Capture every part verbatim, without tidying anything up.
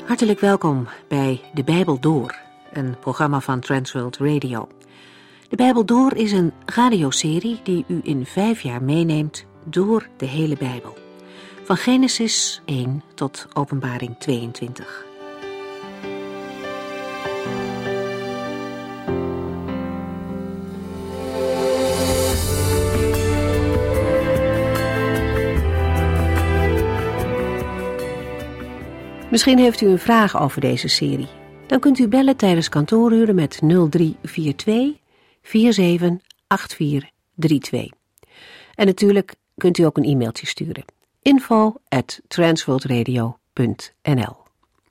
Hartelijk welkom bij De Bijbel Door, een programma van Transworld Radio. De Bijbel Door is een radioserie die u in vijf jaar meeneemt door de hele Bijbel. Van Genesis één tot Openbaring tweeëntwintig. Misschien heeft u een vraag over deze serie. Dan kunt u bellen tijdens kantooruren met nul drie vier twee vier zeven acht vier drie twee. En natuurlijk kunt u ook een e-mailtje sturen. info at transworldradio punt n l.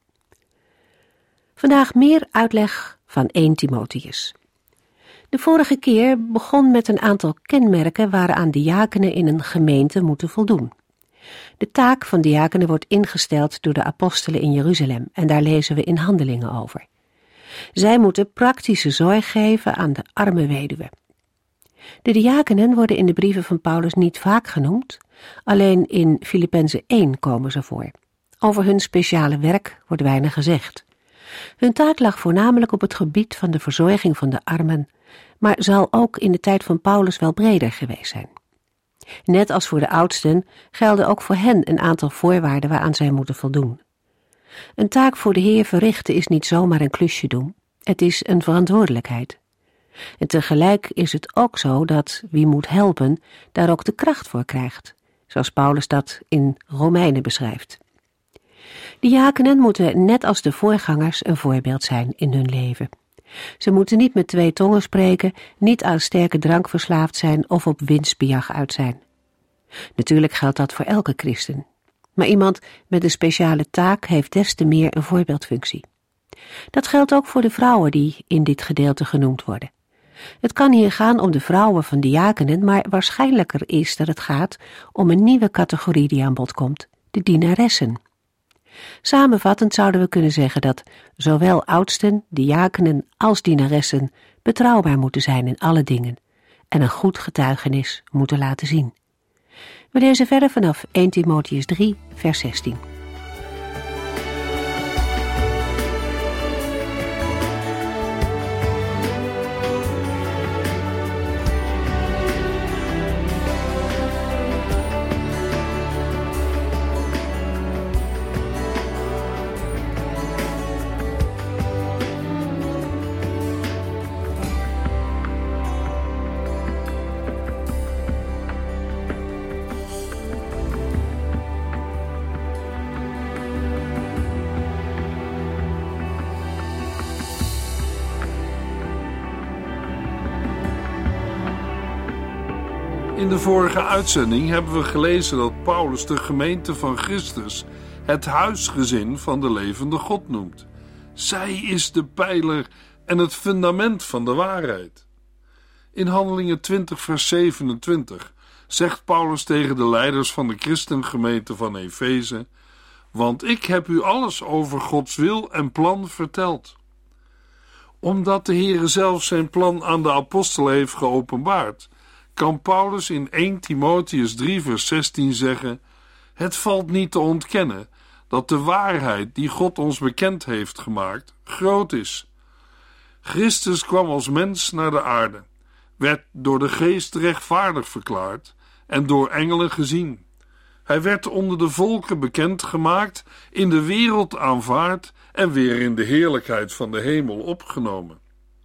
Vandaag meer uitleg van eerste Timotheus. De vorige keer begon met een aantal kenmerken waaraan diakenen in een gemeente moeten voldoen. De taak van diakenen wordt ingesteld door de apostelen in Jeruzalem en daar lezen we in Handelingen over. Zij moeten praktische zorg geven aan de arme weduwe. De diakenen worden in de brieven van Paulus niet vaak genoemd, alleen in Filippenzen één komen ze voor. Over hun speciale werk wordt weinig gezegd. Hun taak lag voornamelijk op het gebied van de verzorging van de armen, maar zal ook in de tijd van Paulus wel breder geweest zijn. Net als voor de oudsten gelden ook voor hen een aantal voorwaarden waaraan zij moeten voldoen. Een taak voor de Heer verrichten is niet zomaar een klusje doen, het is een verantwoordelijkheid. En tegelijk is het ook zo dat wie moet helpen daar ook de kracht voor krijgt, zoals Paulus dat in Romeinen beschrijft. Diakenen moeten net als de voorgangers een voorbeeld zijn in hun leven. Ze moeten niet met twee tongen spreken, niet aan sterke drank verslaafd zijn of op winstbejag uit zijn. Natuurlijk geldt dat voor elke christen. Maar iemand met een speciale taak heeft des te meer een voorbeeldfunctie. Dat geldt ook voor de vrouwen die in dit gedeelte genoemd worden. Het kan hier gaan om de vrouwen van diakenen, maar waarschijnlijker is dat het gaat om een nieuwe categorie die aan bod komt, de dienaressen. Samenvattend zouden we kunnen zeggen dat zowel oudsten, diakenen als dienaressen betrouwbaar moeten zijn in alle dingen en een goed getuigenis moeten laten zien. We lezen verder vanaf eerste Timotheus drie, vers zestien. In de vorige uitzending hebben we gelezen dat Paulus de gemeente van Christus het huisgezin van de levende God noemt. Zij is de pijler en het fundament van de waarheid. In Handelingen twintig vers zevenentwintig zegt Paulus tegen de leiders van de christengemeente van Efeze: want ik heb u alles over Gods wil en plan verteld. Omdat de Heere zelf zijn plan aan de apostelen heeft geopenbaard, kan Paulus in eerste Timotheus drie vers zestien zeggen: het valt niet te ontkennen dat de waarheid die God ons bekend heeft gemaakt groot is. Christus kwam als mens naar de aarde, werd door de Geest rechtvaardig verklaard en door engelen gezien. Hij werd onder de volken bekend gemaakt, in de wereld aanvaard en weer in de heerlijkheid van de hemel opgenomen.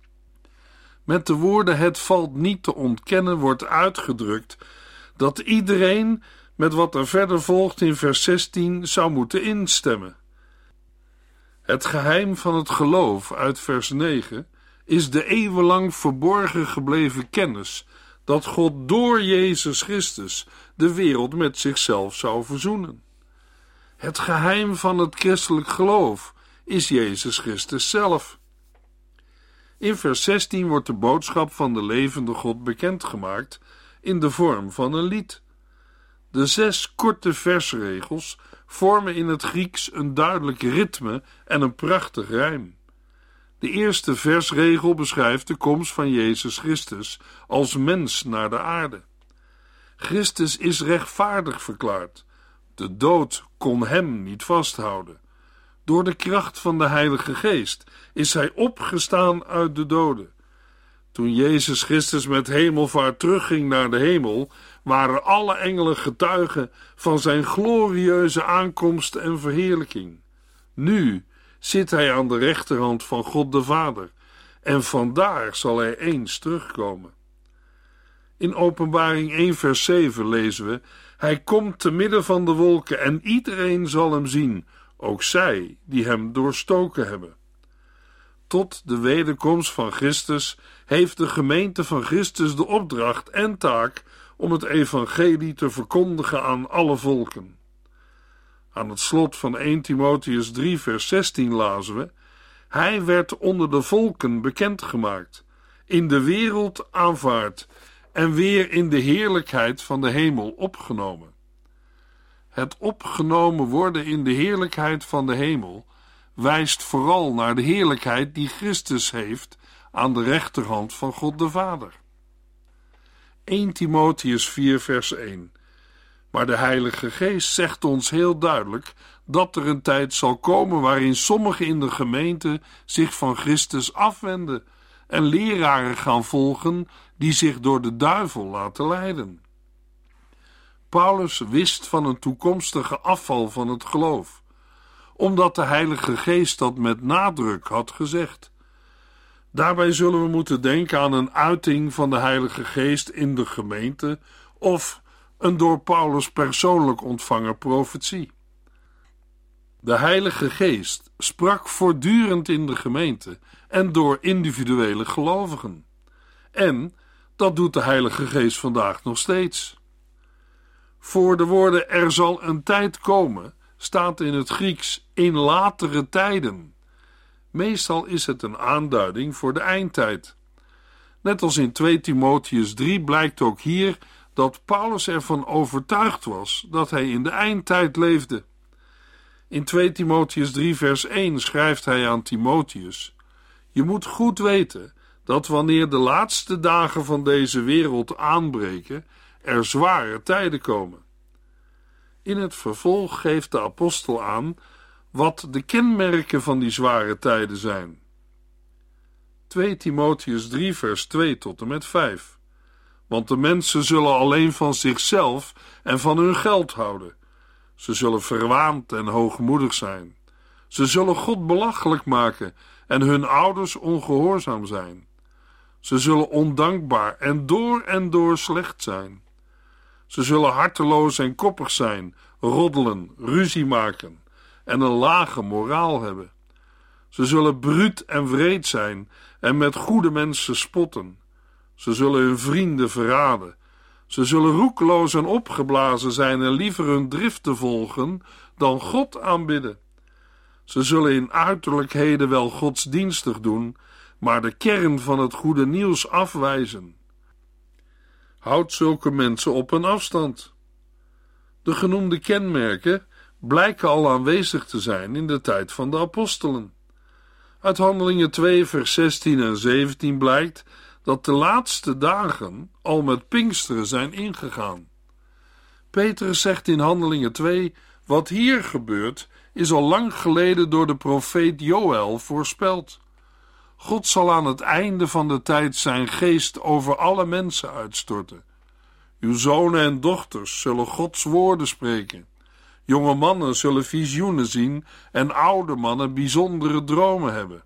Met de woorden het valt niet te ontkennen wordt uitgedrukt dat iedereen met wat er verder volgt in vers zestien zou moeten instemmen. Het geheim van het geloof uit vers negen is de eeuwenlang verborgen gebleven kennis dat God door Jezus Christus de wereld met zichzelf zou verzoenen. Het geheim van het christelijk geloof is Jezus Christus zelf. In vers zestien wordt de boodschap van de levende God bekendgemaakt in de vorm van een lied. De zes korte versregels vormen in het Grieks een duidelijk ritme en een prachtig rijm. De eerste versregel beschrijft de komst van Jezus Christus als mens naar de aarde. Christus is rechtvaardig verklaard. De dood kon hem niet vasthouden. Door de kracht van de Heilige Geest is hij opgestaan uit de doden. Toen Jezus Christus met hemelvaart terugging naar de hemel, waren alle engelen getuigen van zijn glorieuze aankomst en verheerlijking. Nu zit hij aan de rechterhand van God de Vader, en vandaar zal hij eens terugkomen. In Openbaring één vers zeven lezen we: hij komt te midden van de wolken en iedereen zal hem zien, ook zij die hem doorstoken hebben. Tot de wederkomst van Christus heeft de gemeente van Christus de opdracht en taak om het evangelie te verkondigen aan alle volken. Aan het slot van eerste Timotheüs drie vers zestien lazen we: hij werd onder de volken bekendgemaakt, in de wereld aanvaard en weer in de heerlijkheid van de hemel opgenomen. Het opgenomen worden in de heerlijkheid van de hemel wijst vooral naar de heerlijkheid die Christus heeft aan de rechterhand van God de Vader. eerste Timotheüs vier vers één. Maar de Heilige Geest zegt ons heel duidelijk dat er een tijd zal komen waarin sommigen in de gemeente zich van Christus afwenden en leraren gaan volgen die zich door de duivel laten leiden. Paulus wist van een toekomstige afval van het geloof, omdat de Heilige Geest dat met nadruk had gezegd. Daarbij zullen we moeten denken aan een uiting van de Heilige Geest in de gemeente of een door Paulus persoonlijk ontvangen profetie. De Heilige Geest sprak voortdurend in de gemeente en door individuele gelovigen. En dat doet de Heilige Geest vandaag nog steeds. Voor de woorden er zal een tijd komen staat in het Grieks in latere tijden. Meestal is het een aanduiding voor de eindtijd. Net als in tweede Timotheüs drie blijkt ook hier dat Paulus ervan overtuigd was dat hij in de eindtijd leefde. In tweede Timotheüs drie vers één schrijft hij aan Timotheus: je moet goed weten dat wanneer de laatste dagen van deze wereld aanbreken, er zware tijden komen. In het vervolg geeft de apostel aan wat de kenmerken van die zware tijden zijn. tweede Timotheüs drie vers twee tot en met vijf. Want de mensen zullen alleen van zichzelf en van hun geld houden. Ze zullen verwaand en hoogmoedig zijn. Ze zullen God belachelijk maken en hun ouders ongehoorzaam zijn. Ze zullen ondankbaar en door en door slecht zijn. Ze zullen harteloos en koppig zijn, roddelen, ruzie maken en een lage moraal hebben. Ze zullen bruut en wreed zijn en met goede mensen spotten. Ze zullen hun vrienden verraden. Ze zullen roekeloos en opgeblazen zijn en liever hun driften volgen dan God aanbidden. Ze zullen in uiterlijkheden wel godsdienstig doen, maar de kern van het goede nieuws afwijzen. Houd zulke mensen op een afstand. De genoemde kenmerken blijken al aanwezig te zijn in de tijd van de apostelen. Uit Handelingen twee vers zestien en zeventien blijkt dat de laatste dagen al met Pinksteren zijn ingegaan. Petrus zegt in Handelingen twee: wat hier gebeurt is al lang geleden door de profeet Joël voorspeld. God zal aan het einde van de tijd zijn geest over alle mensen uitstorten. Uw zonen en dochters zullen Gods woorden spreken. Jonge mannen zullen visioenen zien en oude mannen bijzondere dromen hebben.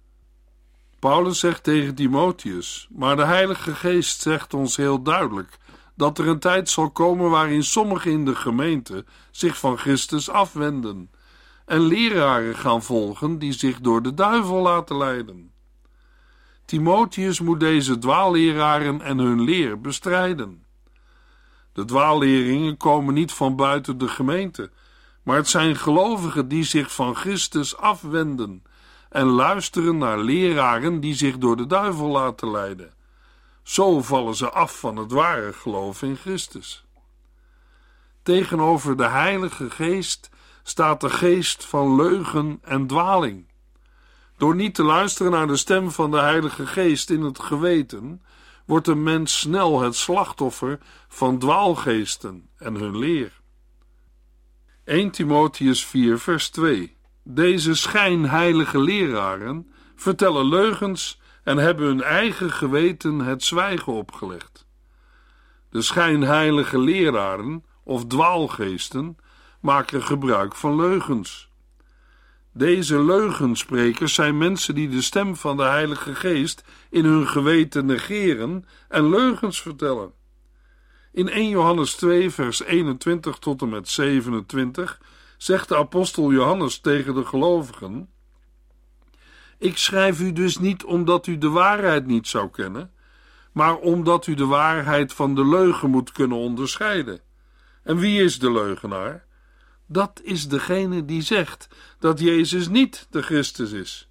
Paulus zegt tegen Timotheus, maar de Heilige Geest zegt ons heel duidelijk dat er een tijd zal komen waarin sommigen in de gemeente zich van Christus afwenden en leraren gaan volgen die zich door de duivel laten leiden. Timotheus moet deze dwaalleraren en hun leer bestrijden. De dwaalleringen komen niet van buiten de gemeente, maar het zijn gelovigen die zich van Christus afwenden en luisteren naar leraren die zich door de duivel laten leiden. Zo vallen ze af van het ware geloof in Christus. Tegenover de Heilige Geest staat de geest van leugen en dwaling. Door niet te luisteren naar de stem van de Heilige Geest in het geweten, wordt een mens snel het slachtoffer van dwaalgeesten en hun leer. eerste Timotheüs vier vers twee. Deze schijnheilige leraren vertellen leugens en hebben hun eigen geweten het zwijgen opgelegd. De schijnheilige leraren, of dwaalgeesten, maken gebruik van leugens. Deze leugensprekers zijn mensen die de stem van de Heilige Geest in hun geweten negeren en leugens vertellen. In eerste Johannes twee, vers eenentwintig tot en met zevenentwintig zegt de apostel Johannes tegen de gelovigen: Ik schrijf u dus niet omdat u de waarheid niet zou kennen, maar omdat u de waarheid van de leugen moet kunnen onderscheiden. En wie is de leugenaar? Dat is degene die zegt dat Jezus niet de Christus is.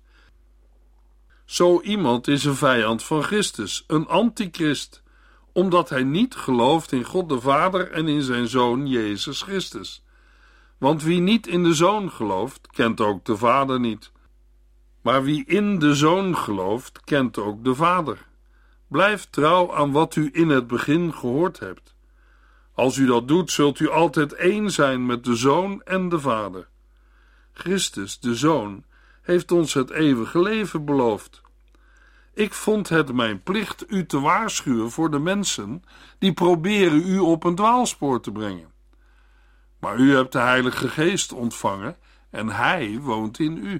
Zo iemand is een vijand van Christus, een antichrist, omdat hij niet gelooft in God de Vader en in zijn Zoon Jezus Christus. Want wie niet in de Zoon gelooft, kent ook de Vader niet. Maar wie in de Zoon gelooft, kent ook de Vader. Blijf trouw aan wat u in het begin gehoord hebt. Als u dat doet, zult u altijd één zijn met de Zoon en de Vader. Christus, de Zoon, heeft ons het eeuwige leven beloofd. Ik vond het mijn plicht u te waarschuwen voor de mensen die proberen u op een dwaalspoor te brengen. Maar u hebt de Heilige Geest ontvangen en Hij woont in u.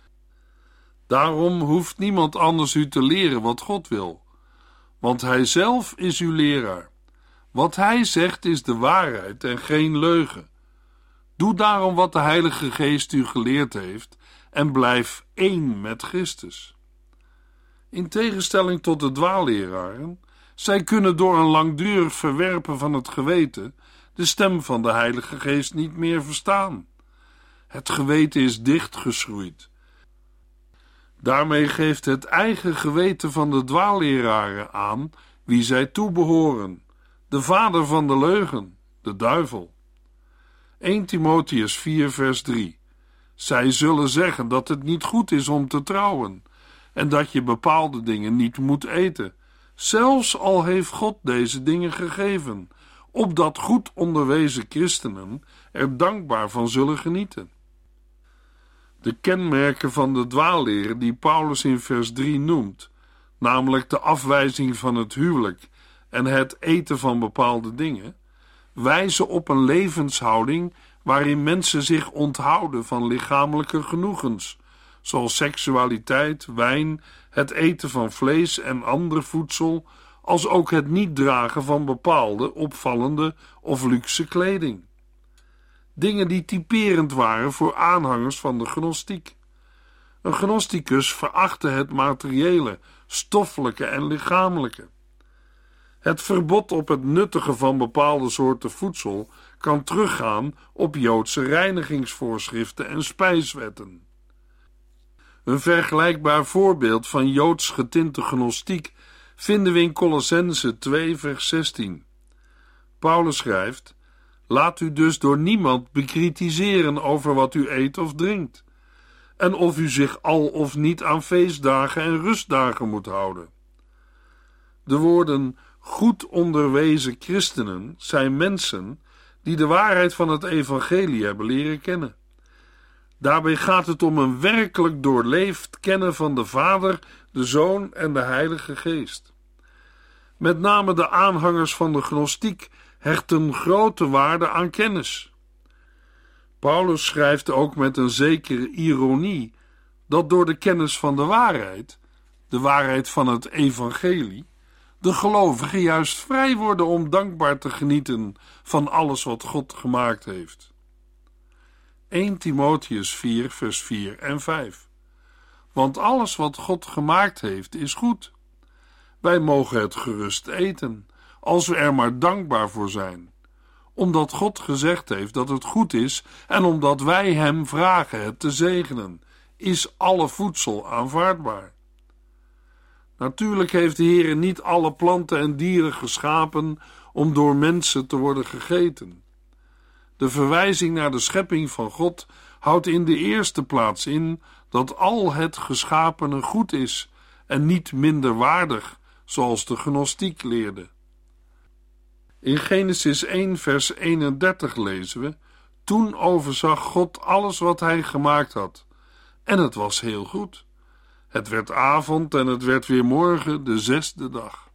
Daarom hoeft niemand anders u te leren wat God wil, want Hij zelf is uw leraar. Wat Hij zegt is de waarheid en geen leugen. Doe daarom wat de Heilige Geest u geleerd heeft en blijf één met Christus. In tegenstelling tot de dwaalleraren, zij kunnen door een langdurig verwerpen van het geweten de stem van de Heilige Geest niet meer verstaan. Het geweten is dichtgeschroeid. Daarmee geeft het eigen geweten van de dwaalleraren aan wie zij toebehoren, de vader van de leugen, de duivel. eerste Timotheüs vier, vers drie. Zij zullen zeggen dat het niet goed is om te trouwen en dat je bepaalde dingen niet moet eten, zelfs al heeft God deze dingen gegeven, opdat goed onderwezen christenen er dankbaar van zullen genieten. De kenmerken van de dwaalleren die Paulus in vers drie noemt, namelijk de afwijzing van het huwelijk en het eten van bepaalde dingen, wijzen op een levenshouding waarin mensen zich onthouden van lichamelijke genoegens, zoals seksualiteit, wijn, het eten van vlees en ander voedsel, als ook het niet dragen van bepaalde, opvallende of luxe kleding. Dingen die typerend waren voor aanhangers van de gnostiek. Een gnosticus verachtte het materiële, stoffelijke en lichamelijke. Het verbod op het nuttigen van bepaalde soorten voedsel kan teruggaan op Joodse reinigingsvoorschriften en spijswetten. Een vergelijkbaar voorbeeld van Joods getinte gnostiek vinden we in Kolossenzen twee, vers zestien. Paulus schrijft: Laat u dus door niemand bekritiseren over wat u eet of drinkt, en of u zich al of niet aan feestdagen en rustdagen moet houden. De woorden goed onderwezen christenen zijn mensen die de waarheid van het evangelie hebben leren kennen. Daarbij gaat het om een werkelijk doorleefd kennen van de Vader, de Zoon en de Heilige Geest. Met name de aanhangers van de gnostiek hechten grote waarde aan kennis. Paulus schrijft ook met een zekere ironie dat door de kennis van de waarheid, de waarheid van het evangelie, de gelovigen juist vrij worden om dankbaar te genieten van alles wat God gemaakt heeft. eerste Timotheüs vier, vers vier en vijf. Want alles wat God gemaakt heeft is goed. Wij mogen het gerust eten, als we er maar dankbaar voor zijn, omdat God gezegd heeft dat het goed is en omdat wij hem vragen het te zegenen, is alle voedsel aanvaardbaar. Natuurlijk heeft de Heer niet alle planten en dieren geschapen om door mensen te worden gegeten. De verwijzing naar de schepping van God houdt in de eerste plaats in dat al het geschapene goed is en niet minder waardig, zoals de gnostiek leerde. In Genesis één vers eenendertig lezen we: Toen overzag God alles wat hij gemaakt had. En het was heel goed. Het werd avond en het werd weer morgen, de zesde dag.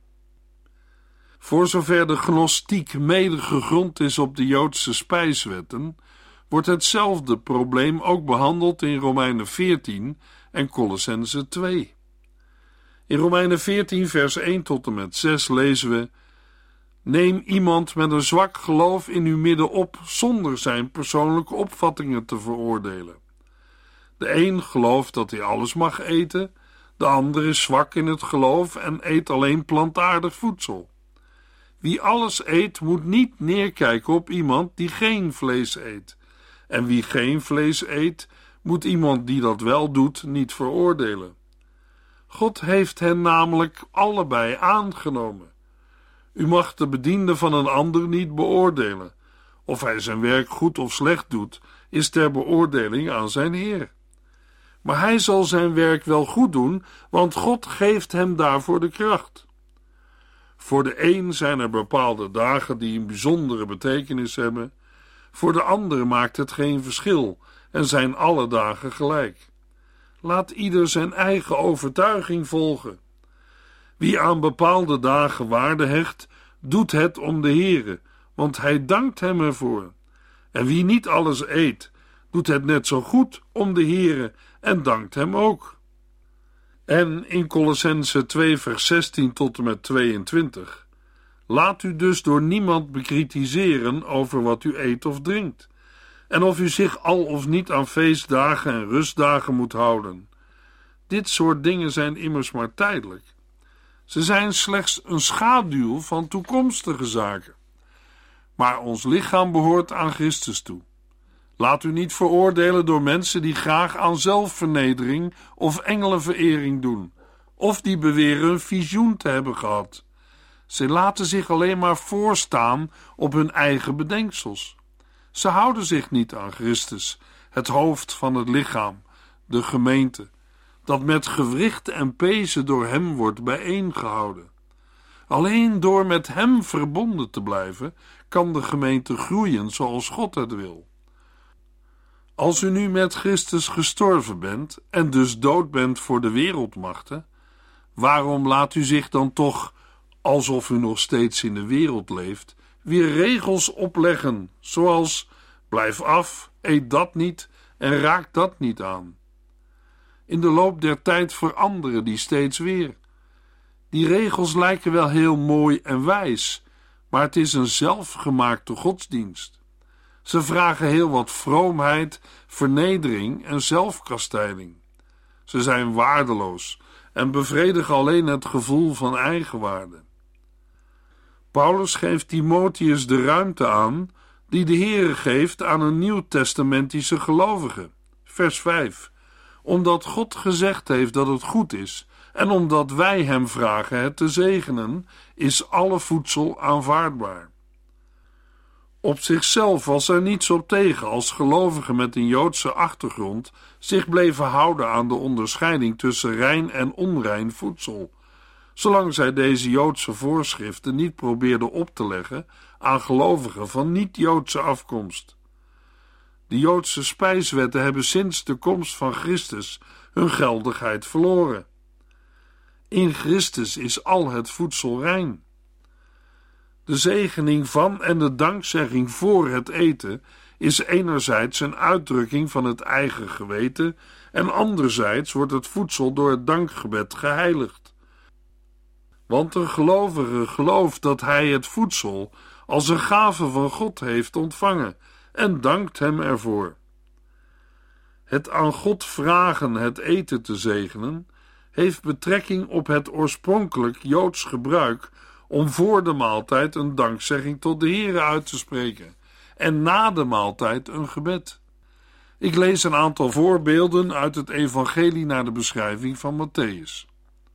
Voor zover de gnostiek mede gegrond is op de Joodse spijswetten, wordt hetzelfde probleem ook behandeld in Romeinen veertien en Kolossenzen twee. In Romeinen veertien vers één tot en met zes lezen we: Neem iemand met een zwak geloof in uw midden op, zonder zijn persoonlijke opvattingen te veroordelen. De een gelooft dat hij alles mag eten, de ander is zwak in het geloof en eet alleen plantaardig voedsel. Wie alles eet, moet niet neerkijken op iemand die geen vlees eet. En wie geen vlees eet, moet iemand die dat wel doet niet veroordelen. God heeft hen namelijk allebei aangenomen. U mag de bediende van een ander niet beoordelen. Of hij zijn werk goed of slecht doet, is ter beoordeling aan zijn Heer. Maar hij zal zijn werk wel goed doen, want God geeft hem daarvoor de kracht. Voor de een zijn er bepaalde dagen die een bijzondere betekenis hebben. Voor de ander maakt het geen verschil en zijn alle dagen gelijk. Laat ieder zijn eigen overtuiging volgen. Wie aan bepaalde dagen waarde hecht, doet het om de Heere, want hij dankt hem ervoor. En wie niet alles eet, doet het net zo goed om de Heere en dankt hem ook. En in Kolossenzen twee vers zestien tot en met tweeëntwintig: Laat u dus door niemand bekritiseren over wat u eet of drinkt, en of u zich al of niet aan feestdagen en rustdagen moet houden. Dit soort dingen zijn immers maar tijdelijk. Ze zijn slechts een schaduw van toekomstige zaken. Maar ons lichaam behoort aan Christus toe. Laat u niet veroordelen door mensen die graag aan zelfvernedering of engelenverering doen, of die beweren een visioen te hebben gehad. Ze laten zich alleen maar voorstaan op hun eigen bedenksels. Ze houden zich niet aan Christus, het hoofd van het lichaam, de gemeente, dat met gewrichten en pezen door hem wordt bijeengehouden. Alleen door met hem verbonden te blijven, kan de gemeente groeien zoals God het wil. Als u nu met Christus gestorven bent en dus dood bent voor de wereldmachten, waarom laat u zich dan toch, alsof u nog steeds in de wereld leeft, weer regels opleggen, zoals: blijf af, eet dat niet en raak dat niet aan? In de loop der tijd veranderen die steeds weer. Die regels lijken wel heel mooi en wijs, maar het is een zelfgemaakte godsdienst. Ze vragen heel wat vroomheid, vernedering en zelfkastijding. Ze zijn waardeloos en bevredigen alleen het gevoel van eigenwaarde. Paulus geeft Timotheus de ruimte aan die de Heere geeft aan een nieuwtestamentische gelovige. Vers vijf. Omdat God gezegd heeft dat het goed is en omdat wij hem vragen het te zegenen, is alle voedsel aanvaardbaar. Op zichzelf was er niets op tegen als gelovigen met een Joodse achtergrond zich bleven houden aan de onderscheiding tussen rein en onrein voedsel, zolang zij deze Joodse voorschriften niet probeerden op te leggen aan gelovigen van niet-Joodse afkomst. De Joodse spijswetten hebben sinds de komst van Christus hun geldigheid verloren. In Christus is al het voedsel rein. De zegening van en de dankzegging voor het eten is enerzijds een uitdrukking van het eigen geweten en anderzijds wordt het voedsel door het dankgebed geheiligd. Want een gelovige gelooft dat hij het voedsel als een gave van God heeft ontvangen en dankt hem ervoor. Het aan God vragen het eten te zegenen heeft betrekking op het oorspronkelijk Joods gebruik om voor de maaltijd een dankzegging tot de Heere uit te spreken en na de maaltijd een gebed. Ik lees een aantal voorbeelden uit het evangelie naar de beschrijving van Mattheüs.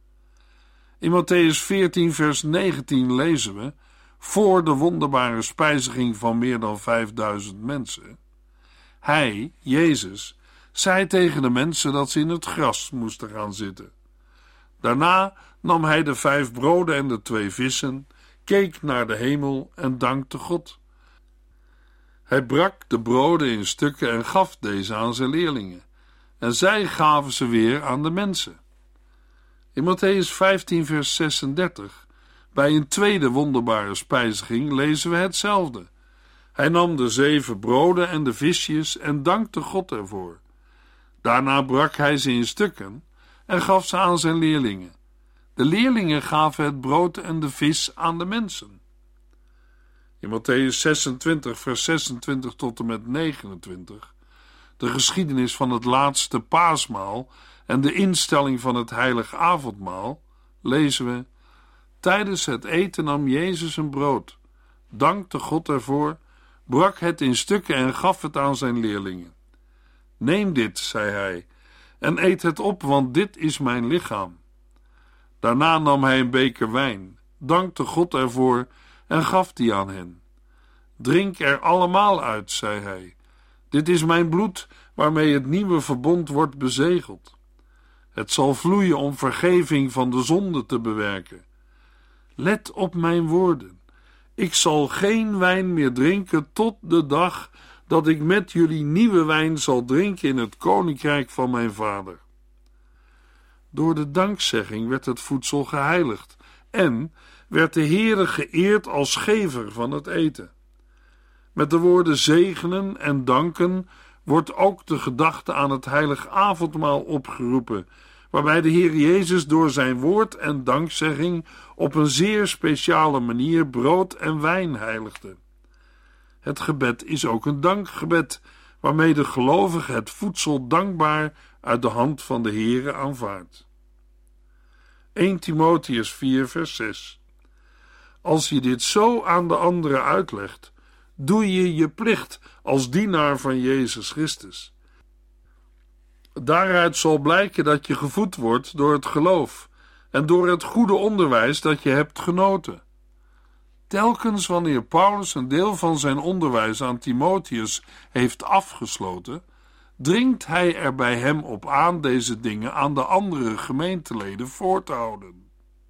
In Mattheüs veertien vers negentien lezen we, voor de wonderbare spijziging van meer dan vijfduizend mensen: Hij, Jezus, zei tegen de mensen dat ze in het gras moesten gaan zitten. Daarna nam hij de vijf broden en de twee vissen, keek naar de hemel en dankte God. Hij brak de broden in stukken en gaf deze aan zijn leerlingen. En zij gaven ze weer aan de mensen. In Mattheüs vijftien vers zesendertig, bij een tweede wonderbare spijziging, lezen we hetzelfde. Hij nam de zeven broden en de visjes en dankte God ervoor. Daarna brak hij ze in stukken en gaf ze aan zijn leerlingen. De leerlingen gaven het brood en de vis aan de mensen. In Mattheüs zesentwintig vers zesentwintig tot en met negenentwintig, de geschiedenis van het laatste paasmaal en de instelling van het heilige avondmaal, lezen we: tijdens het eten nam Jezus een brood, dankte God ervoor, brak het in stukken en gaf het aan zijn leerlingen. Neem dit, zei hij, en eet het op, want dit is mijn lichaam. Daarna nam hij een beker wijn, dankte God ervoor en gaf die aan hen. Drink er allemaal uit, zei hij. Dit is mijn bloed, waarmee het nieuwe verbond wordt bezegeld. Het zal vloeien om vergeving van de zonde te bewerken. Let op mijn woorden. Ik zal geen wijn meer drinken tot de dag dat ik met jullie nieuwe wijn zal drinken in het koninkrijk van mijn vader. Door de dankzegging werd het voedsel geheiligd en werd de Heere geëerd als gever van het eten. Met de woorden zegenen en danken wordt ook de gedachte aan het heilig avondmaal opgeroepen, waarbij de Heer Jezus door zijn woord en dankzegging op een zeer speciale manier brood en wijn heiligde. Het gebed is ook een dankgebed, waarmee de gelovige het voedsel dankbaar uit de hand van de Heere aanvaardt. eerste Timotheüs vier vers zes. Als je dit zo aan de anderen uitlegt, doe je je plicht als dienaar van Jezus Christus. Daaruit zal blijken dat je gevoed wordt door het geloof en door het goede onderwijs dat je hebt genoten. Telkens wanneer Paulus een deel van zijn onderwijs aan Timotheus heeft afgesloten, dringt hij er bij hem op aan deze dingen aan de andere gemeenteleden voor te houden.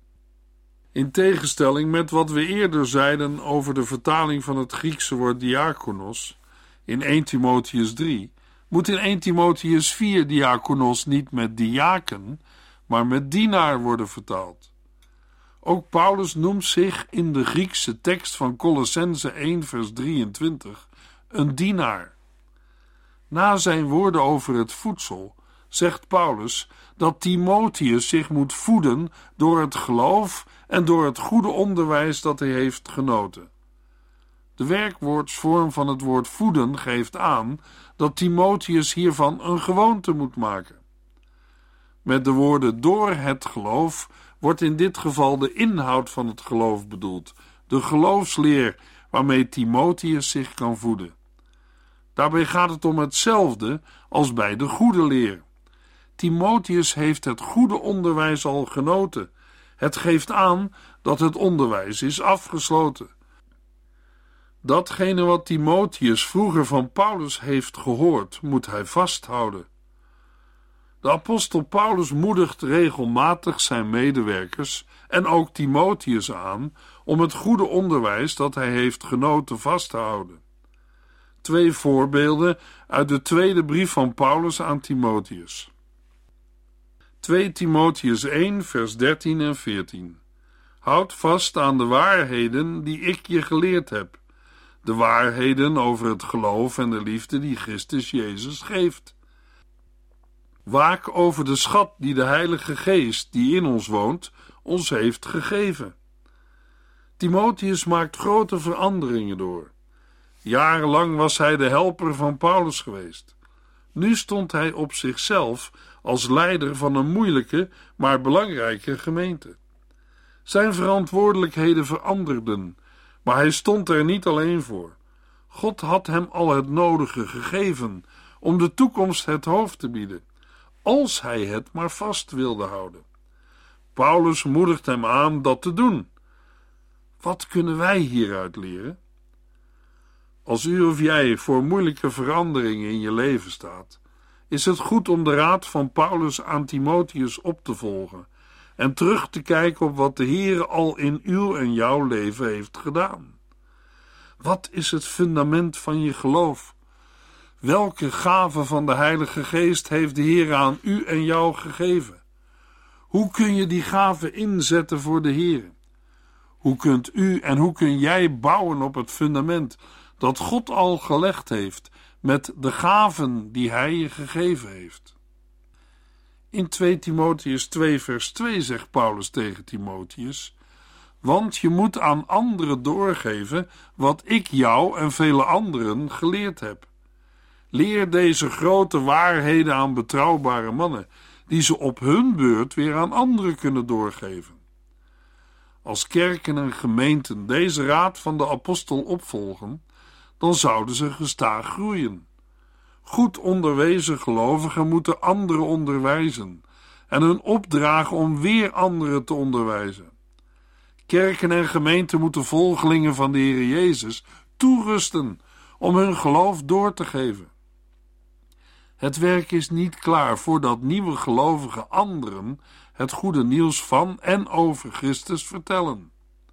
In tegenstelling met wat we eerder zeiden over de vertaling van het Griekse woord diakonos in eerste Timotheüs drie, moet in eerste Timotheüs vier diakonos niet met diaken, maar met dienaar worden vertaald. Ook Paulus noemt zich in de Griekse tekst van Kolossenzen één vers drieëntwintig een dienaar. Na zijn woorden over het voedsel zegt Paulus dat Timotheus zich moet voeden door het geloof en door het goede onderwijs dat hij heeft genoten. De werkwoordsvorm van het woord voeden geeft aan dat Timotheus hiervan een gewoonte moet maken. Met de woorden door het geloof wordt in dit geval de inhoud van het geloof bedoeld, de geloofsleer waarmee Timotheus zich kan voeden. Daarbij gaat het om hetzelfde als bij de goede leer. Timotheus heeft het goede onderwijs al genoten. Het geeft aan dat het onderwijs is afgesloten. Datgene wat Timotheus vroeger van Paulus heeft gehoord, moet hij vasthouden. De apostel Paulus moedigt regelmatig zijn medewerkers en ook Timotheus aan om het goede onderwijs dat hij heeft genoten vast te houden. Twee voorbeelden uit de tweede brief van Paulus aan Timotheus. tweede Timotheüs één vers dertien en veertien. Houd vast aan de waarheden die ik je geleerd heb, de waarheden over het geloof en de liefde die Christus Jezus geeft. Waak over de schat die de Heilige Geest, die in ons woont, ons heeft gegeven. Timotheus maakt grote veranderingen door. Jarenlang was hij de helper van Paulus geweest. Nu stond hij op zichzelf als leider van een moeilijke, maar belangrijke gemeente. Zijn verantwoordelijkheden veranderden, maar hij stond er niet alleen voor. God had hem al het nodige gegeven om de toekomst het hoofd te bieden, als hij het maar vast wilde houden. Paulus moedigt hem aan dat te doen. Wat kunnen wij hieruit leren? Als u of jij voor moeilijke veranderingen in je leven staat, is het goed om de raad van Paulus aan Timotheus op te volgen en terug te kijken op wat de Heere al in uw en jouw leven heeft gedaan. Wat is het fundament van je geloof? Welke gave van de Heilige Geest heeft de Heer aan u en jou gegeven? Hoe kun je die gave inzetten voor de Heer? Hoe kunt u en hoe kun jij bouwen op het fundament dat God al gelegd heeft met de gaven die Hij je gegeven heeft? In twee Timotheüs twee vers twee zegt Paulus tegen Timotheus: want je moet aan anderen doorgeven wat ik jou en vele anderen geleerd heb. Leer deze grote waarheden aan betrouwbare mannen, die ze op hun beurt weer aan anderen kunnen doorgeven. Als kerken en gemeenten deze raad van de apostel opvolgen, dan zouden ze gestaag groeien. Goed onderwezen gelovigen moeten anderen onderwijzen en hun opdragen om weer anderen te onderwijzen. Kerken en gemeenten moeten volgelingen van de Heer Jezus toerusten om hun geloof door te geven. Het werk is niet klaar voordat nieuwe gelovigen anderen het goede nieuws van en over Christus vertellen.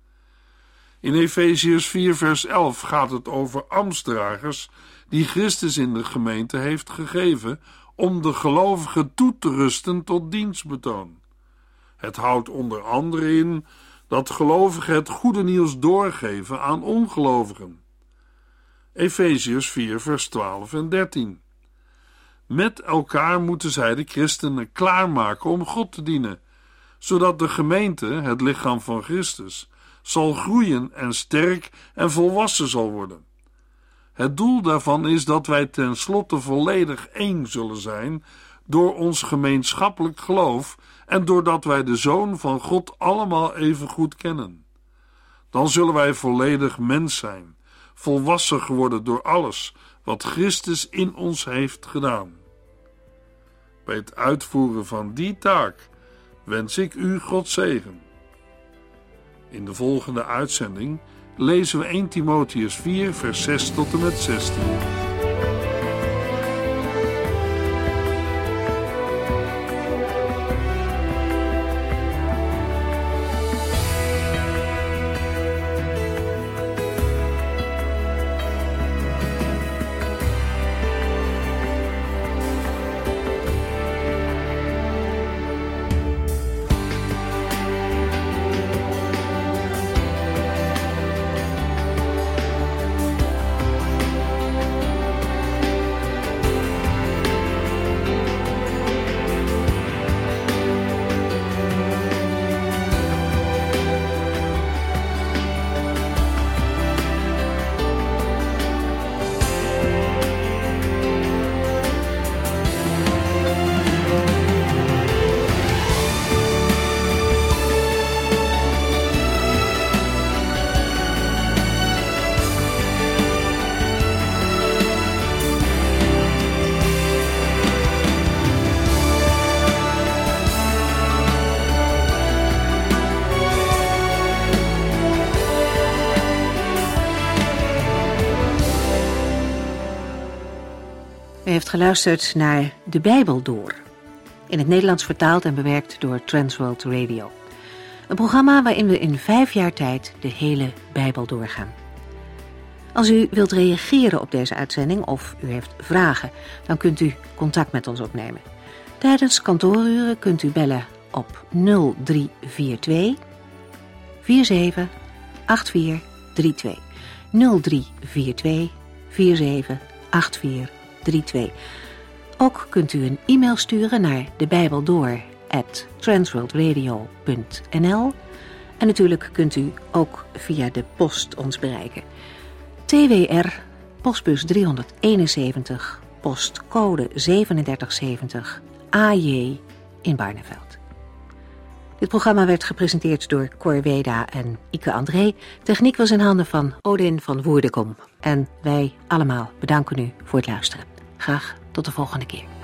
In Efeziërs vier vers elf gaat het over ambtsdragers die Christus in de gemeente heeft gegeven om de gelovigen toe te rusten tot dienstbetoon. Het houdt onder andere in dat gelovigen het goede nieuws doorgeven aan ongelovigen. Efeziërs vier vers twaalf en dertien. Met elkaar moeten zij de christenen klaarmaken om God te dienen, zodat de gemeente, het lichaam van Christus, zal groeien en sterk en volwassen zal worden. Het doel daarvan is dat wij tenslotte volledig één zullen zijn door ons gemeenschappelijk geloof en doordat wij de Zoon van God allemaal even goed kennen. Dan zullen wij volledig mens zijn, volwassen geworden door alles wat Christus in ons heeft gedaan. Bij het uitvoeren van die taak wens ik u God zegen. In de volgende uitzending lezen we eerste Timotheüs vier vers zes tot en met zestien. U heeft geluisterd naar De Bijbel Door, in het Nederlands vertaald en bewerkt door Transworld Radio. Een programma waarin we in vijf jaar tijd de hele Bijbel doorgaan. Als u wilt reageren op deze uitzending of u heeft vragen, dan kunt u contact met ons opnemen. Tijdens kantooruren kunt u bellen op nul drie vier twee vier zeven acht vier drie twee. nul drie vier twee vier zeven acht vier drie twee. Ook kunt u een e-mail sturen naar debijbeldoor at transworldradio punt n l en natuurlijk kunt u ook via de post ons bereiken. T W R, postbus driehonderdeenenzeventig, postcode zevenendertig zeventig, A J in Barneveld. Dit programma werd gepresenteerd door Cor Weda en Ike André. Techniek was in handen van Odin van Woerdekom. En wij allemaal bedanken u voor het luisteren. Graag tot de volgende keer.